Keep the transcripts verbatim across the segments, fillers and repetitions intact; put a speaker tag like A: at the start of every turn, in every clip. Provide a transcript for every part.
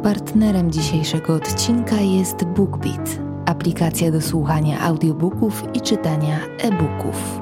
A: Partnerem dzisiejszego odcinka jest BookBeat, aplikacja do słuchania audiobooków i czytania e-booków.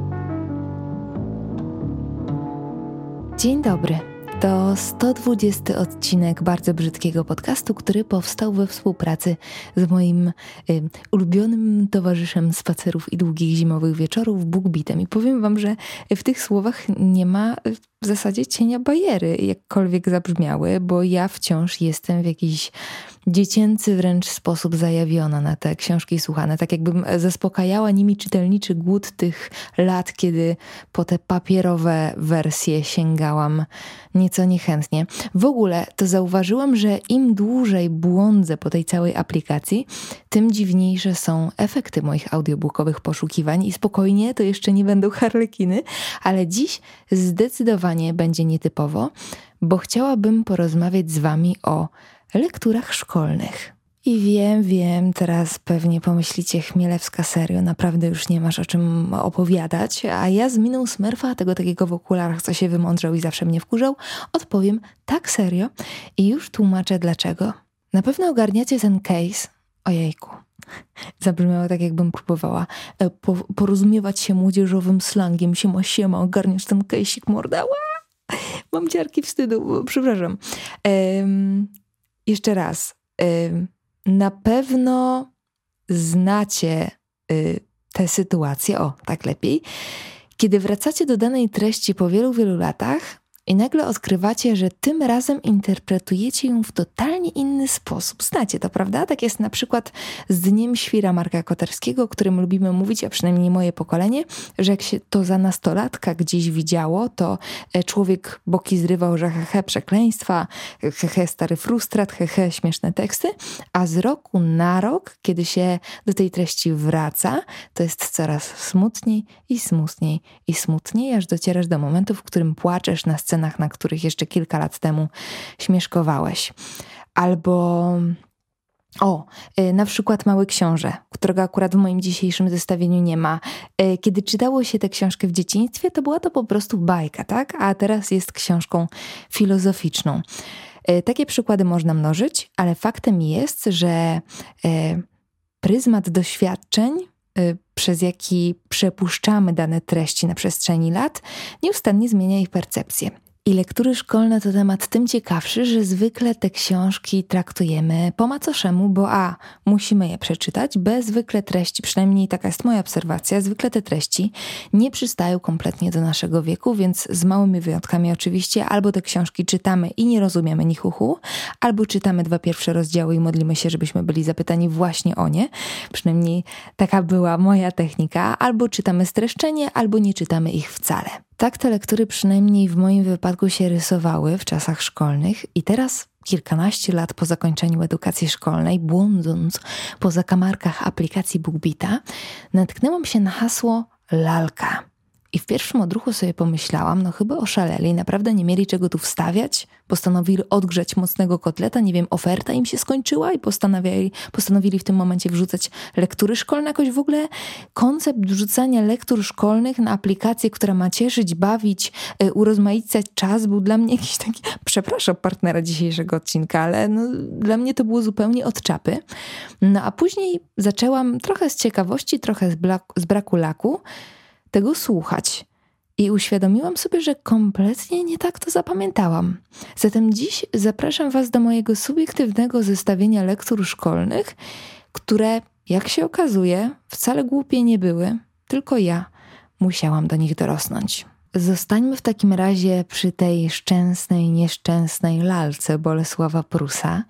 A: Dzień dobry, to sto dwudziesty odcinek bardzo brzydkiego podcastu, który powstał we współpracy z moim y, ulubionym towarzyszem spacerów i długich zimowych wieczorów, BookBeatem. I powiem wam, że w tych słowach nie ma w zasadzie cienia bajery, jakkolwiek zabrzmiały, bo ja wciąż jestem w jakiś dziecięcy wręcz sposób zajawiona na te książki słuchane. Tak jakbym zaspokajała nimi czytelniczy głód tych lat, kiedy po te papierowe wersje sięgałam nieco niechętnie. W ogóle to zauważyłam, że im dłużej błądzę po tej całej aplikacji, tym dziwniejsze są efekty moich audiobookowych poszukiwań i spokojnie, to jeszcze nie będą harlekiny, ale dziś zdecydowanie będzie nietypowo, bo chciałabym porozmawiać z wami o lekturach szkolnych. I wiem, wiem, teraz pewnie pomyślicie, Chmielewska, serio, naprawdę już nie masz o czym opowiadać, a ja z miną Smurfa, tego takiego w okularach, co się wymądrzał i zawsze mnie wkurzał, odpowiem tak serio i już tłumaczę dlaczego. Na pewno ogarniacie ten case, ojejku, zabrzmiało tak, jakbym próbowała po, porozumiewać się młodzieżowym slangiem, siema, siema, ogarniasz ten case'ik, morda, Ła! Mam ciarki wstydu, przepraszam. Ehm, jeszcze raz, ehm, na pewno znacie y, tę sytuację, o, tak lepiej, kiedy wracacie do danej treści po wielu, wielu latach i nagle odkrywacie, że tym razem interpretujecie ją w totalnie inny sposób. Znacie to, prawda? Tak jest na przykład z Dniem Świra Marka Koterskiego, o którym lubimy mówić, a przynajmniej moje pokolenie, że jak się to za nastolatka gdzieś widziało, to człowiek boki zrywał, że hehe, przekleństwa, hehe, stary frustrat, hehe, śmieszne teksty, a z roku na rok, kiedy się do tej treści wraca, to jest coraz smutniej i smutniej i smutniej, aż docierasz do momentu, w którym płaczesz na scenach, na których jeszcze kilka lat temu śmieszkowałeś. Albo o, na przykład Mały Książę, którego akurat w moim dzisiejszym zestawieniu nie ma. Kiedy czytało się tę książkę w dzieciństwie, to była to po prostu bajka, tak? A teraz jest książką filozoficzną. Takie przykłady można mnożyć, ale faktem jest, że pryzmat doświadczeń, przez jaki przepuszczamy dane treści na przestrzeni lat, nieustannie zmienia ich percepcję. I lektury szkolne to temat tym ciekawszy, że zwykle te książki traktujemy po macoszemu, bo a, musimy je przeczytać, b, zwykle treści, przynajmniej taka jest moja obserwacja, zwykle te treści nie przystają kompletnie do naszego wieku, więc z małymi wyjątkami oczywiście albo te książki czytamy i nie rozumiemy ni chuchu, albo czytamy dwa pierwsze rozdziały i modlimy się, żebyśmy byli zapytani właśnie o nie, przynajmniej taka była moja technika, albo czytamy streszczenie, albo nie czytamy ich wcale. Tak te lektury przynajmniej w moim wypadku się rysowały w czasach szkolnych i teraz, kilkanaście lat po zakończeniu edukacji szkolnej, błądząc po zakamarkach aplikacji BookBeata, natknęłam się na hasło lalka. I w pierwszym odruchu sobie pomyślałam, no chyba oszaleli, naprawdę nie mieli czego tu wstawiać, postanowili odgrzać mocnego kotleta, nie wiem, oferta im się skończyła i postanowili, postanowili w tym momencie wrzucać lektury szkolne. Jakoś w ogóle koncept wrzucania lektur szkolnych na aplikację, która ma cieszyć, bawić, yy, urozmaicać czas, był dla mnie jakiś taki, przepraszam partnera dzisiejszego odcinka, ale no, dla mnie to było zupełnie od czapy. No a później zaczęłam trochę z ciekawości, trochę z, bla- z braku laku tego słuchać. I uświadomiłam sobie, że kompletnie nie tak to zapamiętałam. Zatem dziś zapraszam was do mojego subiektywnego zestawienia lektur szkolnych, które, jak się okazuje, wcale głupie nie były, tylko ja musiałam do nich dorosnąć. Zostańmy w takim razie przy tej szczęsnej, nieszczęsnej lalce Bolesława Prusa.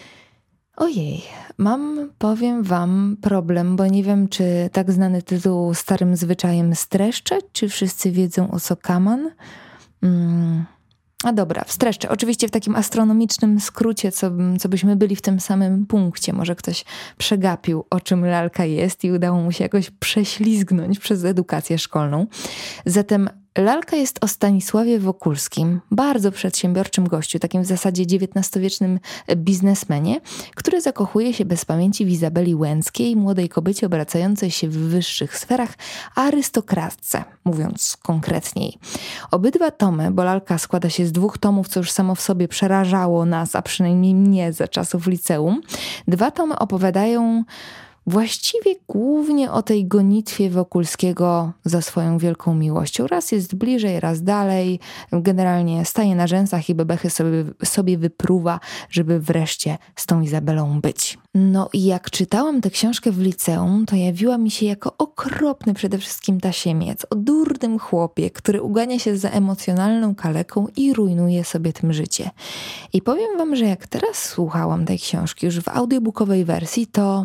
A: Ojej, mam, powiem wam, problem, bo nie wiem, czy tak znany tytuł starym zwyczajem streszczać, czy wszyscy wiedzą, o co kaman. Hmm. A dobra, wstreszczę. Oczywiście w takim astronomicznym skrócie, co, co byśmy byli w tym samym punkcie. Może ktoś przegapił, o czym lalka jest i udało mu się jakoś prześlizgnąć przez edukację szkolną. Zatem Lalka jest o Stanisławie Wokulskim, bardzo przedsiębiorczym gościu, takim w zasadzie dziewiętnastowiecznym biznesmenie, który zakochuje się bez pamięci w Izabeli Łęckiej, młodej kobiecie obracającej się w wyższych sferach, arystokratce, mówiąc konkretniej. Obydwa tomy, bo lalka składa się z dwóch tomów, co już samo w sobie przerażało nas, a przynajmniej mnie za czasów liceum. Dwa tomy opowiadają właściwie głównie o tej gonitwie Wokulskiego za swoją wielką miłością. Raz jest bliżej, raz dalej. Generalnie staje na rzęsach i bebechy sobie, sobie wypruwa, żeby wreszcie z tą Izabelą być. No i jak czytałam tę książkę w liceum, to jawiła mi się jako okropny przede wszystkim tasiemiec o durnym chłopie, który ugania się za emocjonalną kaleką i rujnuje sobie tym życie. I powiem wam, że jak teraz słuchałam tej książki już w audiobookowej wersji, to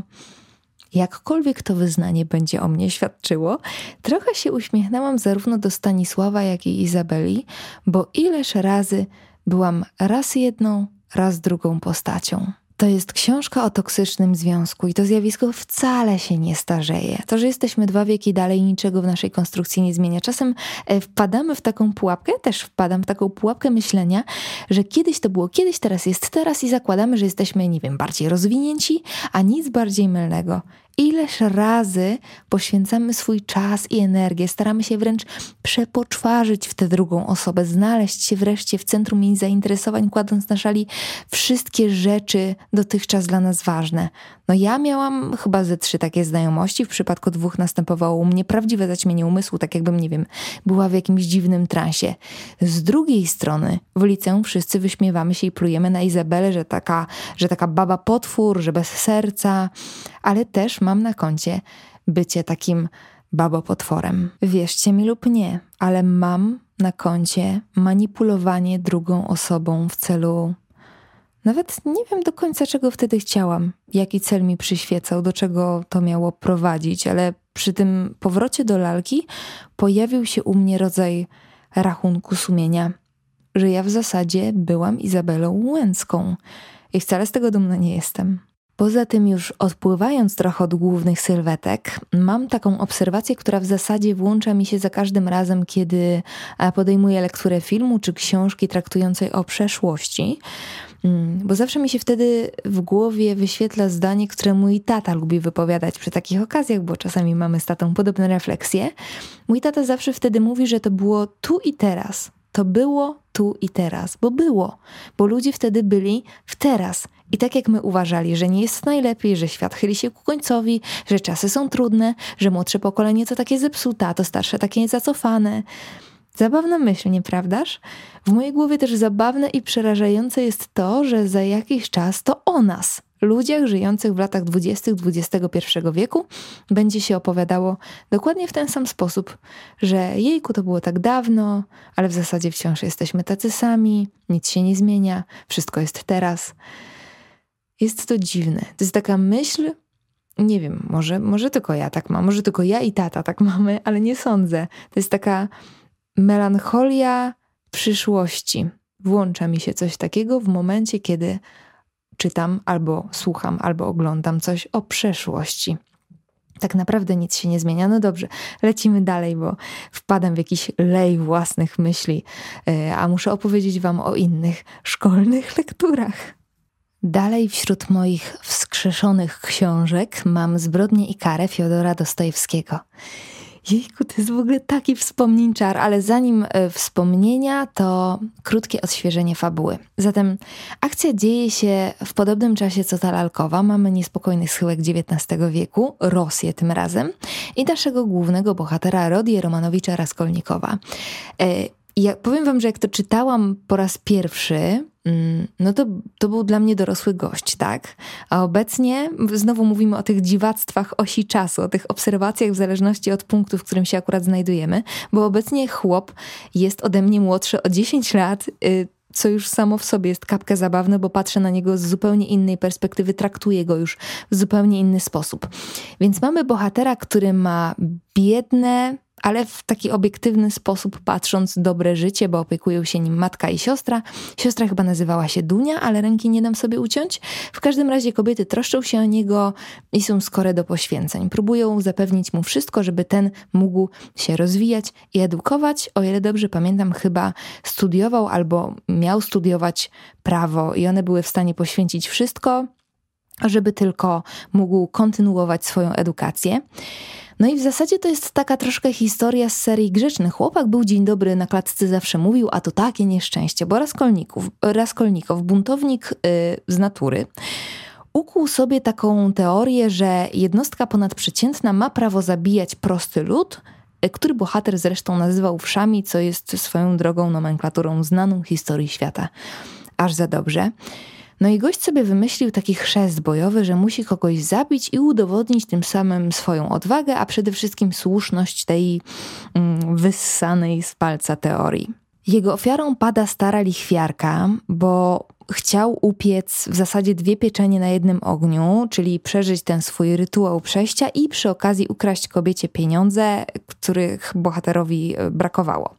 A: jakkolwiek to wyznanie będzie o mnie świadczyło, trochę się uśmiechnęłam zarówno do Stanisława, jak i Izabeli, bo ileż razy byłam raz jedną, raz drugą postacią. To jest książka o toksycznym związku i to zjawisko wcale się nie starzeje. To, że jesteśmy dwa wieki dalej, niczego w naszej konstrukcji nie zmienia. Czasem wpadamy w taką pułapkę, ja też wpadam w taką pułapkę myślenia, że kiedyś to było kiedyś, teraz jest teraz i zakładamy, że jesteśmy, nie wiem, bardziej rozwinięci, a nic bardziej mylnego. Ileż razy poświęcamy swój czas i energię, staramy się wręcz przepoczwarzyć w tę drugą osobę, znaleźć się wreszcie w centrum jej zainteresowań, kładąc na szali wszystkie rzeczy dotychczas dla nas ważne. No ja miałam chyba ze trzy takie znajomości, w przypadku dwóch następowało u mnie prawdziwe zaćmienie umysłu, tak jakbym, nie wiem, była w jakimś dziwnym transie. Z drugiej strony w liceum wszyscy wyśmiewamy się i plujemy na Izabelę, że taka, że taka baba potwór, że bez serca, ale też mam na koncie bycie takim babopotworem. Wierzcie mi lub nie, ale mam na koncie manipulowanie drugą osobą w celu... Nawet nie wiem do końca, czego wtedy chciałam, jaki cel mi przyświecał, do czego to miało prowadzić, ale przy tym powrocie do lalki pojawił się u mnie rodzaj rachunku sumienia, że ja w zasadzie byłam Izabelą Łęcką i wcale z tego dumna nie jestem. Poza tym, już odpływając trochę od głównych sylwetek, mam taką obserwację, która w zasadzie włącza mi się za każdym razem, kiedy podejmuję lekturę filmu czy książki traktującej o przeszłości, bo zawsze mi się wtedy w głowie wyświetla zdanie, które mój tata lubi wypowiadać przy takich okazjach, bo czasami mamy z tatą podobne refleksje. Mój tata zawsze wtedy mówi, że to było tu i teraz. To było tu i teraz, bo było, bo ludzie wtedy byli w teraz. I tak jak my uważali, że nie jest najlepiej, że świat chyli się ku końcowi, że czasy są trudne, że młodsze pokolenie to takie zepsute, a to starsze takie niezacofane. Zabawna myśl, nieprawdaż? W mojej głowie też zabawne i przerażające jest to, że za jakiś czas to o nas, ludziach żyjących w latach dwudziestych dwudziestego pierwszego wieku, będzie się opowiadało dokładnie w ten sam sposób, że jejku, to było tak dawno, ale w zasadzie wciąż jesteśmy tacy sami, nic się nie zmienia, wszystko jest teraz. Jest to dziwne. To jest taka myśl, nie wiem, może, może tylko ja tak mam, może tylko ja i tata tak mamy, ale nie sądzę. To jest taka melancholia przyszłości. Włącza mi się coś takiego w momencie, kiedy czytam albo słucham, albo oglądam coś o przeszłości. Tak naprawdę nic się nie zmienia. No dobrze, lecimy dalej, bo wpadam w jakiś lej własnych myśli, a muszę opowiedzieć wam o innych szkolnych lekturach. Dalej wśród moich wskrzeszonych książek mam Zbrodnię i karę Fiodora Dostojewskiego. Jejku, to jest w ogóle taki wspomnięczar, ale zanim wspomnienia, to krótkie odświeżenie fabuły. Zatem akcja dzieje się w podobnym czasie co ta lalkowa. Mamy niespokojny schyłek dziewiętnastego wieku, Rosję tym razem i naszego głównego bohatera Rodię Romanowicza Raskolnikowa. Ja powiem wam, że jak to czytałam po raz pierwszy, no to, to był dla mnie dorosły gość, tak? A obecnie znowu mówimy o tych dziwactwach osi czasu, o tych obserwacjach w zależności od punktu, w którym się akurat znajdujemy, bo obecnie chłop jest ode mnie młodszy o dziesięć lat, co już samo w sobie jest kapkę zabawne, bo patrzę na niego z zupełnie innej perspektywy, traktuję go już w zupełnie inny sposób. Więc mamy bohatera, który ma biedne, ale w taki obiektywny sposób patrząc dobre życie, bo opiekują się nim matka i siostra. Siostra chyba nazywała się Dunia, ale ręki nie dam sobie uciąć. W każdym razie kobiety troszczą się o niego i są skore do poświęceń. Próbują zapewnić mu wszystko, żeby ten mógł się rozwijać i edukować. O ile dobrze pamiętam, chyba studiował albo miał studiować prawo i one były w stanie poświęcić wszystko, żeby tylko mógł kontynuować swoją edukację. No i w zasadzie to jest taka troszkę historia z serii Grzeczny chłopak był dzień dobry na klatce zawsze mówił, a to takie nieszczęście, bo Raskolników, Raskolnikow, buntownik yy, z natury, ukuł sobie taką teorię, że jednostka ponadprzeciętna ma prawo zabijać prosty lud, który bohater zresztą nazywał wszami, co jest swoją drogą nomenklaturą znaną w historii świata. Aż za dobrze. No i gość sobie wymyślił taki chrzest bojowy, że musi kogoś zabić i udowodnić tym samym swoją odwagę, a przede wszystkim słuszność tej mm, wyssanej z palca teorii. Jego ofiarą pada stara lichwiarka, bo chciał upiec w zasadzie dwie pieczenie na jednym ogniu, czyli przeżyć ten swój rytuał przejścia i przy okazji ukraść kobiecie pieniądze, których bohaterowi brakowało.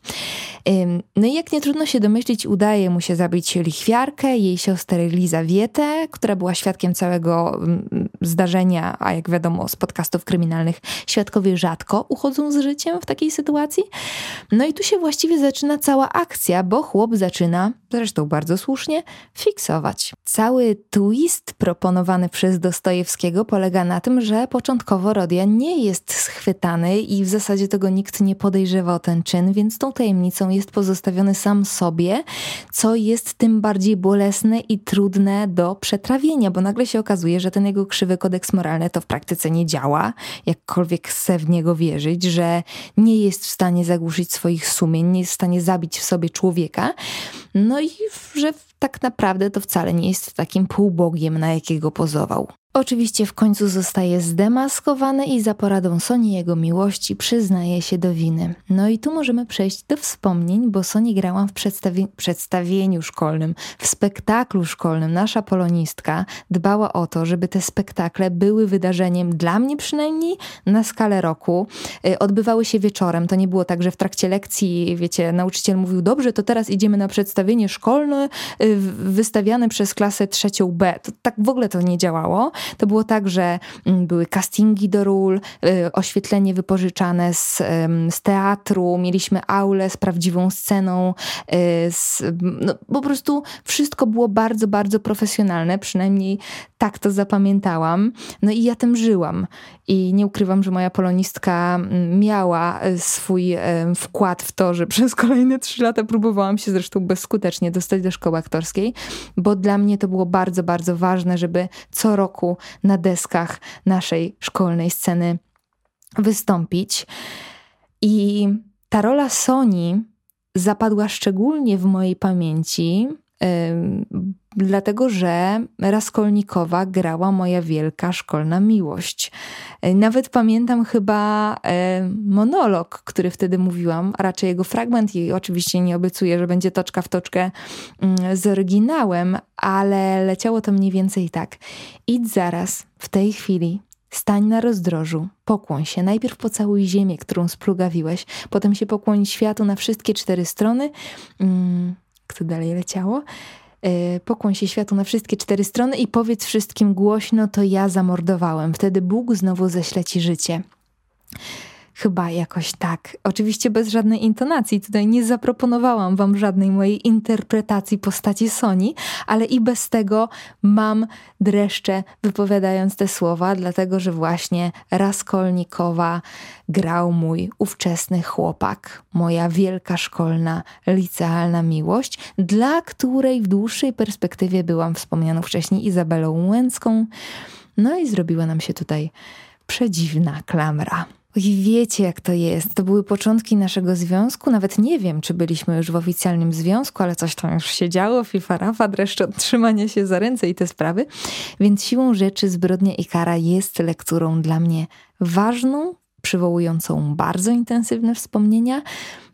A: No i jak nie trudno się domyślić, udaje mu się zabić lichwiarkę, jej siostrę Lizawietę, która była świadkiem całego zdarzenia, a jak wiadomo z podcastów kryminalnych świadkowie rzadko uchodzą z życiem w takiej sytuacji. No i tu się właściwie zaczyna cała akcja, bo chłop zaczyna, zresztą bardzo słusznie, fiksować. Cały twist proponowany przez Dostojewskiego polega na tym, że początkowo Rodian nie jest schwytany i w zasadzie tego nikt nie podejrzewa o ten czyn, więc tą tajemnicą jest pozostawiony sam sobie, co jest tym bardziej bolesne i trudne do przetrawienia, bo nagle się okazuje, że ten jego krzywy kodeks moralny to w praktyce nie działa, jakkolwiek chce w niego wierzyć, że nie jest w stanie zagłuszyć swoich sumień, nie jest w stanie zabić w sobie człowieka, no i że tak naprawdę to wcale nie jest takim półbogiem, na jakiego pozował. Oczywiście w końcu zostaje zdemaskowany i za poradą Soni jego miłości przyznaje się do winy. No i tu możemy przejść do wspomnień, bo Soni grałam w przedstawi- przedstawieniu szkolnym, w spektaklu szkolnym. Nasza polonistka dbała o to, żeby te spektakle były wydarzeniem, dla mnie przynajmniej, na skalę roku. Odbywały się wieczorem. To nie było tak, że w trakcie lekcji, wiecie, nauczyciel mówił, dobrze, to teraz idziemy na przedstawienie szkolne wystawiane przez klasę trzecią B. To tak w ogóle to nie działało. To było tak, że były castingi do ról, oświetlenie wypożyczane z, z teatru, mieliśmy aulę z prawdziwą sceną, z, no, po prostu wszystko było bardzo, bardzo profesjonalne, przynajmniej tak to zapamiętałam. No i ja tym żyłam. I nie ukrywam, że moja polonistka miała swój wkład w to, że przez kolejne trzy lata próbowałam się zresztą bezskutecznie dostać do szkoły aktorskiej, bo dla mnie to było bardzo, bardzo ważne, żeby co roku na deskach naszej szkolnej sceny wystąpić. I ta rola Soni zapadła szczególnie w mojej pamięci, dlatego że Raskolnikowa grała moja wielka szkolna miłość. Nawet pamiętam chyba monolog, który wtedy mówiłam, a raczej jego fragment i oczywiście nie obiecuję, że będzie toczka w toczkę z oryginałem, ale leciało to mniej więcej tak. Idź zaraz, w tej chwili, stań na rozdrożu, pokłoń się. Najpierw pocałuj ziemię, którą splugawiłeś, potem się pokłoń światu na wszystkie cztery strony. Hmm, kto dalej leciało? Pokłoń się światu na wszystkie cztery strony i powiedz wszystkim głośno, to ja zamordowałem. Wtedy Bóg znowu ześle ci życie. Chyba jakoś tak. Oczywiście bez żadnej intonacji. Tutaj nie zaproponowałam wam żadnej mojej interpretacji postaci Soni, ale i bez tego mam dreszcze wypowiadając te słowa, dlatego że właśnie Raskolnikowa grał mój ówczesny chłopak. Moja wielka szkolna, licealna miłość, dla której w dłuższej perspektywie byłam wspomnianą wcześniej Izabelą Łęcką. No i zrobiła nam się tutaj przedziwna klamra. I wiecie, jak to jest. To były początki naszego związku. Nawet nie wiem, czy byliśmy już w oficjalnym związku, ale coś tam już się działo. Fifa, rafa, dreszcze od trzymania się za ręce i te sprawy. Więc siłą rzeczy Zbrodnia i kara jest lekturą dla mnie ważną, przywołującą bardzo intensywne wspomnienia.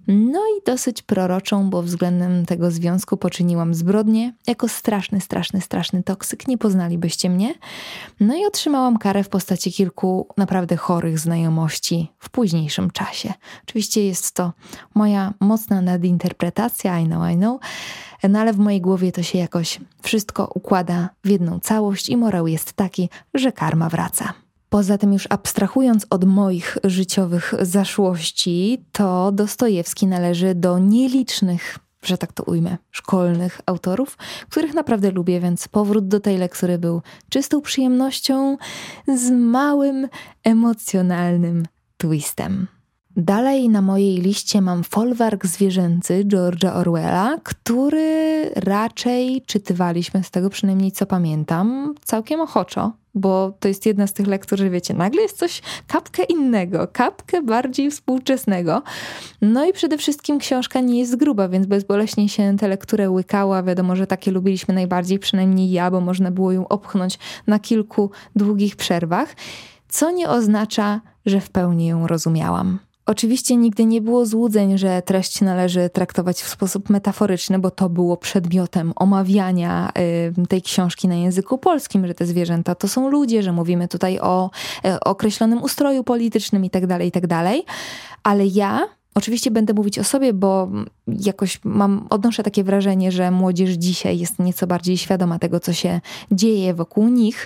A: No i dosyć proroczą, bo względem tego związku poczyniłam zbrodnię. Jako straszny, straszny, straszny toksyk, nie poznalibyście mnie. No i otrzymałam karę w postaci kilku naprawdę chorych znajomości w późniejszym czasie. Oczywiście jest to moja mocna nadinterpretacja, I know, I know, no ale w mojej głowie to się jakoś wszystko układa w jedną całość i morał jest taki, że karma wraca. Poza tym już abstrahując od moich życiowych zaszłości, to Dostojewski należy do nielicznych, że tak to ujmę, szkolnych autorów, których naprawdę lubię, więc powrót do tej lektury był czystą przyjemnością z małym emocjonalnym twistem. Dalej na mojej liście mam Folwark zwierzęcy George'a Orwella, który raczej czytywaliśmy, z tego przynajmniej co pamiętam, całkiem ochoczo, bo to jest jedna z tych lektur, że wiecie, nagle jest coś kapkę innego, kapkę bardziej współczesnego. No i przede wszystkim książka nie jest gruba, więc bezboleśnie się tę lekturę łykała. Wiadomo, że takie lubiliśmy najbardziej, przynajmniej ja, bo można było ją opchnąć na kilku długich przerwach, co nie oznacza, że w pełni ją rozumiałam. Oczywiście nigdy nie było złudzeń, że treść należy traktować w sposób metaforyczny, bo to było przedmiotem omawiania y, tej książki na języku polskim, że te zwierzęta to są ludzie, że mówimy tutaj o y, określonym ustroju politycznym i tak dalej, i tak dalej. Ale ja oczywiście będę mówić o sobie, bo jakoś mam, odnoszę takie wrażenie, że młodzież dzisiaj jest nieco bardziej świadoma tego, co się dzieje wokół nich.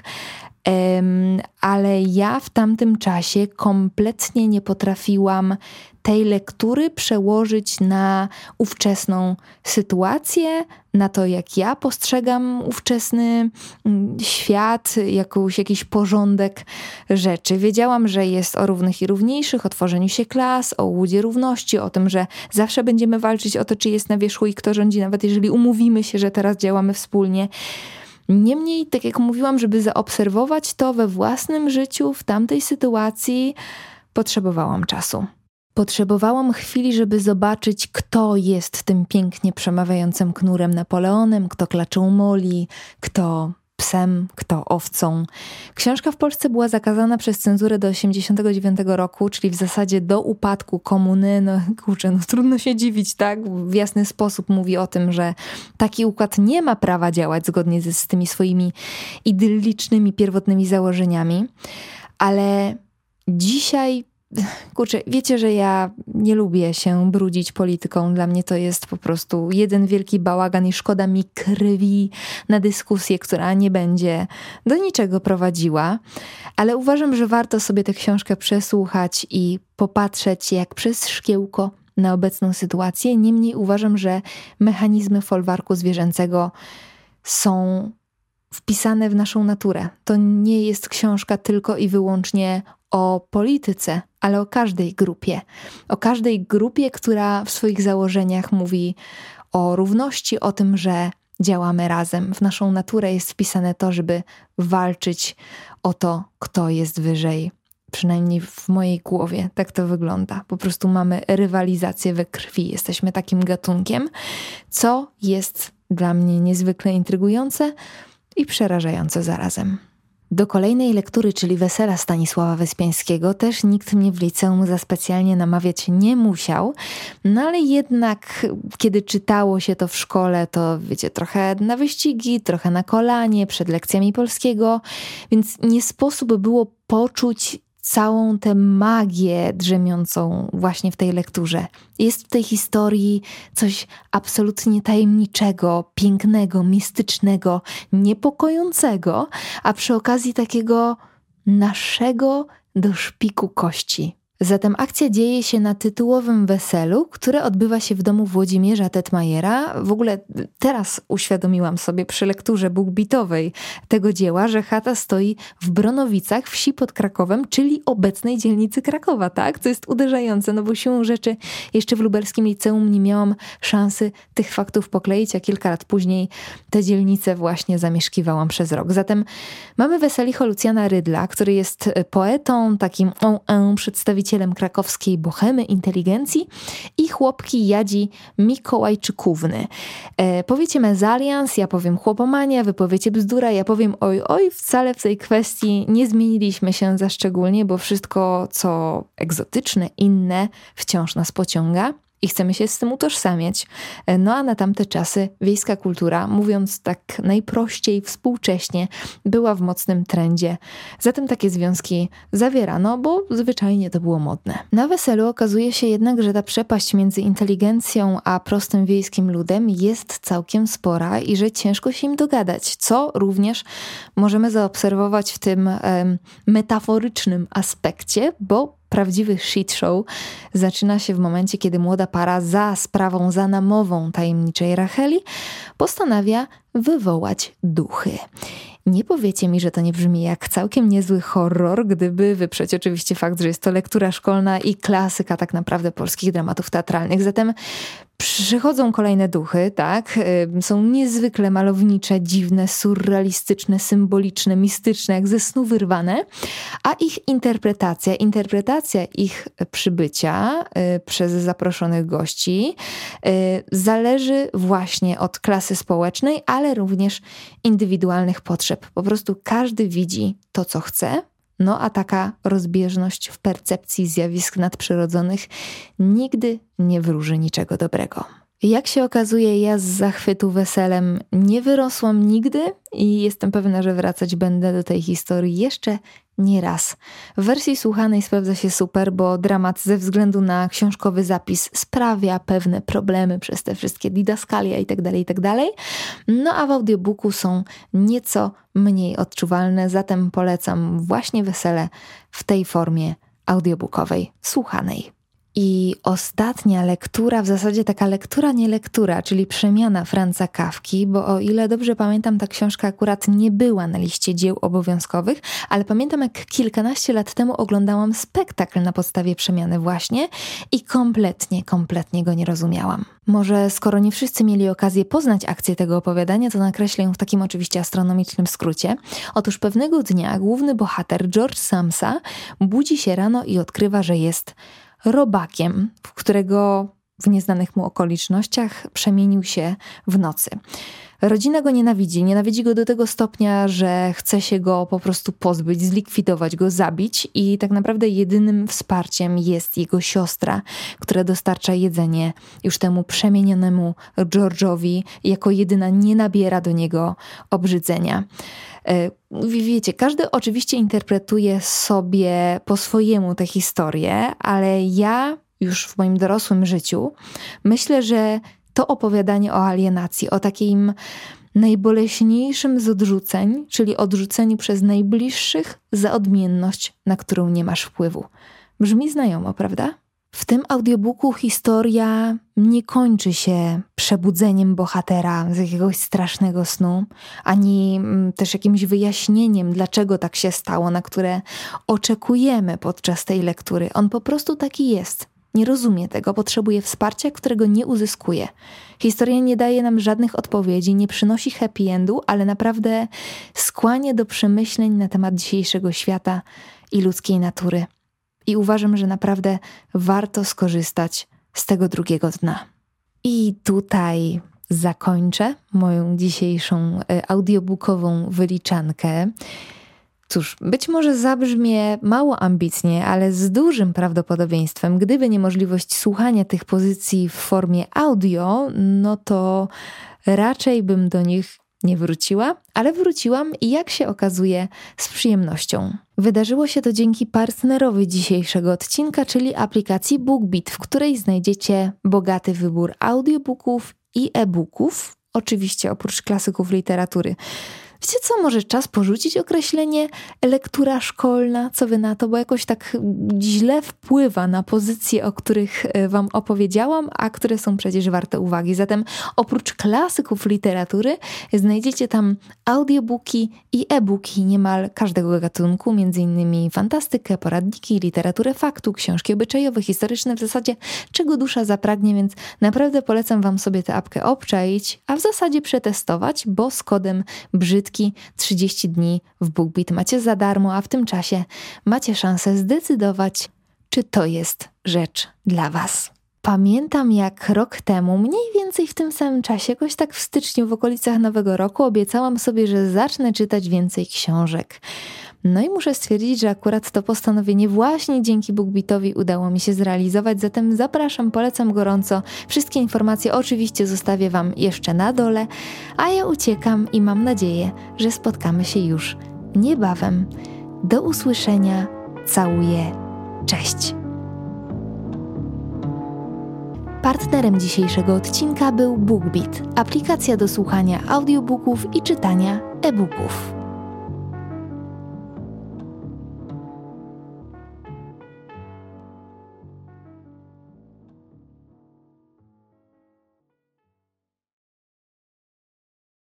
A: Um, ale ja w tamtym czasie kompletnie nie potrafiłam tej lektury przełożyć na ówczesną sytuację, na to, jak ja postrzegam ówczesny świat, jakąś, jakiś porządek rzeczy. Wiedziałam, że jest o równych i równiejszych, o tworzeniu się klas, o łudzie równości, o tym, że zawsze będziemy walczyć o to, czy jest na wierzchu i kto rządzi, nawet jeżeli umówimy się, że teraz działamy wspólnie. Niemniej, tak jak mówiłam, żeby zaobserwować to we własnym życiu, w tamtej sytuacji, potrzebowałam czasu. Potrzebowałam chwili, żeby zobaczyć, kto jest tym pięknie przemawiającym knurem Napoleonem, kto klaczą Moli, kto psem, kto owcą. Książka w Polsce była zakazana przez cenzurę do osiemdziesiątego dziewiątego roku, czyli w zasadzie do upadku komuny. No kurczę, no trudno się dziwić, tak? W jasny sposób mówi o tym, że taki układ nie ma prawa działać zgodnie z, z tymi swoimi idyllicznymi, pierwotnymi założeniami. Ale dzisiaj... Kurczę, wiecie, że ja nie lubię się brudzić polityką. Dla mnie to jest po prostu jeden wielki bałagan i szkoda mi krwi na dyskusję, która nie będzie do niczego prowadziła. Ale uważam, że warto sobie tę książkę przesłuchać i popatrzeć jak przez szkiełko na obecną sytuację. Niemniej uważam, że mechanizmy folwarku zwierzęcego są wpisane w naszą naturę. To nie jest książka tylko i wyłącznie o polityce, ale o każdej grupie. O każdej grupie, która w swoich założeniach mówi o równości, o tym, że działamy razem. W naszą naturę jest wpisane to, żeby walczyć o to, kto jest wyżej. Przynajmniej w mojej głowie tak to wygląda. Po prostu mamy rywalizację we krwi. Jesteśmy takim gatunkiem, co jest dla mnie niezwykle intrygujące i przerażające zarazem. Do kolejnej lektury, czyli Wesela Stanisława Wyspiańskiego, też nikt mnie w liceum za specjalnie namawiać nie musiał, no ale jednak kiedy czytało się to w szkole, to wiecie, trochę na wyścigi, trochę na kolanie, przed lekcjami polskiego, więc nie sposób było poczuć całą tę magię drzemiącą właśnie w tej lekturze. Jest w tej historii coś absolutnie tajemniczego, pięknego, mistycznego, niepokojącego, a przy okazji takiego naszego do szpiku kości. Zatem akcja dzieje się na tytułowym weselu, które odbywa się w domu Włodzimierza Tetmajera. W ogóle teraz uświadomiłam sobie przy lekturze BookBeatowej tego dzieła, że chata stoi w Bronowicach, wsi pod Krakowem, czyli obecnej dzielnicy Krakowa, tak? Co jest uderzające, no bo siłą rzeczy jeszcze w lubelskim liceum nie miałam szansy tych faktów pokleić, a kilka lat później tę dzielnicę właśnie zamieszkiwałam przez rok. Zatem mamy weselicho Lucjana Rydla, który jest poetą, takim on przedstawicielem krakowskiej bohemy, inteligencji i chłopki Jadzi Mikołajczykówny. E, powiecie mezalians, ja powiem chłopomania, wy powiecie bzdura, ja powiem oj, oj, wcale w tej kwestii nie zmieniliśmy się za szczególnie, bo wszystko, co egzotyczne, inne, wciąż nas pociąga. i chcemy się z tym utożsamiać. No a na tamte czasy wiejska kultura, mówiąc tak najprościej współcześnie, była w mocnym trendzie. Zatem takie związki zawierano, bo zwyczajnie to było modne. Na weselu okazuje się jednak, że ta przepaść między inteligencją a prostym wiejskim ludem jest całkiem spora i że ciężko się im dogadać, co również możemy zaobserwować w tym em, metaforycznym aspekcie, bo prawdziwy shit show zaczyna się w momencie, kiedy młoda para za sprawą, za namową tajemniczej Racheli postanawia wywołać duchy. Nie powiecie mi, że to nie brzmi jak całkiem niezły horror, gdyby wyprzeć oczywiście fakt, że jest to lektura szkolna i klasyka tak naprawdę polskich dramatów teatralnych. Zatem przychodzą kolejne duchy, tak? Są niezwykle malownicze, dziwne, surrealistyczne, symboliczne, mistyczne, jak ze snu wyrwane, a ich interpretacja, interpretacja ich przybycia y, przez zaproszonych gości y, zależy właśnie od klasy społecznej, ale również indywidualnych potrzeb. Po prostu każdy widzi to, co chce. No a taka rozbieżność w percepcji zjawisk nadprzyrodzonych nigdy nie wróży niczego dobrego. Jak się okazuje, ja z zachwytu weselem nie wyrosłam nigdy i jestem pewna, że wracać będę do tej historii jeszcze nie raz. W wersji słuchanej sprawdza się super, bo dramat ze względu na książkowy zapis sprawia pewne problemy przez te wszystkie didaskalia itd., itd. No a w audiobooku są nieco mniej odczuwalne, zatem polecam właśnie wesele w tej formie audiobookowej, słuchanej. I ostatnia lektura, w zasadzie taka lektura, nie lektura, czyli Przemiana Franza Kafki, bo o ile dobrze pamiętam, ta książka akurat nie była na liście dzieł obowiązkowych, ale pamiętam, jak kilkanaście lat temu oglądałam spektakl na podstawie Przemiany właśnie i kompletnie, kompletnie go nie rozumiałam. Może skoro nie wszyscy mieli okazję poznać akcję tego opowiadania, to nakreślę ją w takim oczywiście astronomicznym skrócie. Otóż pewnego dnia główny bohater George Samsa budzi się rano i odkrywa, że jest robakiem, w którego w nieznanych mu okolicznościach przemienił się w nocy. Rodzina go nienawidzi. Nienawidzi go do tego stopnia, że chce się go po prostu pozbyć, zlikwidować go, zabić i tak naprawdę jedynym wsparciem jest jego siostra, która dostarcza jedzenie już temu przemienionemu George'owi i jako jedyna nie nabiera do niego obrzydzenia. Wiecie, każdy oczywiście interpretuje sobie po swojemu tę historię, ale ja już w moim dorosłym życiu myślę, że to opowiadanie o alienacji, o takim najboleśniejszym z odrzuceń, czyli odrzuceniu przez najbliższych za odmienność, na którą nie masz wpływu. Brzmi znajomo, prawda? W tym audiobooku historia nie kończy się przebudzeniem bohatera z jakiegoś strasznego snu, ani też jakimś wyjaśnieniem, dlaczego tak się stało, na które oczekujemy podczas tej lektury. On po prostu taki jest. Nie rozumie tego, potrzebuje wsparcia, którego nie uzyskuje. Historia nie daje nam żadnych odpowiedzi, nie przynosi happy endu, ale naprawdę skłania do przemyśleń na temat dzisiejszego świata i ludzkiej natury. I uważam, że naprawdę warto skorzystać z tego drugiego dna. I tutaj zakończę moją dzisiejszą audiobookową wyliczankę. Cóż, być może zabrzmie mało ambitnie, ale z dużym prawdopodobieństwem, gdyby nie możliwość słuchania tych pozycji w formie audio, no to raczej bym do nich nie wróciła, ale wróciłam i jak się okazuje z przyjemnością. Wydarzyło się to dzięki partnerowi dzisiejszego odcinka, czyli aplikacji BookBeat, w której znajdziecie bogaty wybór audiobooków i e-booków, oczywiście oprócz klasyków literatury. Wiecie co, może czas porzucić określenie lektura szkolna, co wy na to, bo jakoś tak źle wpływa na pozycje, o których wam opowiedziałam, a które są przecież warte uwagi. Zatem oprócz klasyków literatury znajdziecie tam audiobooki i e-booki niemal każdego gatunku, między innymi fantastykę, poradniki, literaturę faktu, książki obyczajowe, historyczne, w zasadzie czego dusza zapragnie, więc naprawdę polecam wam sobie tę apkę obczaić, a w zasadzie przetestować, bo z kodem brzydki trzydzieści dni w BookBeat macie za darmo, a w tym czasie macie szansę zdecydować, czy to jest rzecz dla was. Pamiętam, jak rok temu, mniej więcej w tym samym czasie, jakoś tak w styczniu, w okolicach Nowego Roku, obiecałam sobie, że zacznę czytać więcej książek. No i muszę stwierdzić, że akurat to postanowienie właśnie dzięki BookBeatowi udało mi się zrealizować, zatem zapraszam, polecam gorąco. Wszystkie informacje oczywiście zostawię Wam jeszcze na dole, a ja uciekam i mam nadzieję, że spotkamy się już niebawem. Do usłyszenia, całuję, cześć! Partnerem dzisiejszego odcinka był BookBeat, aplikacja do słuchania audiobooków i czytania e-booków.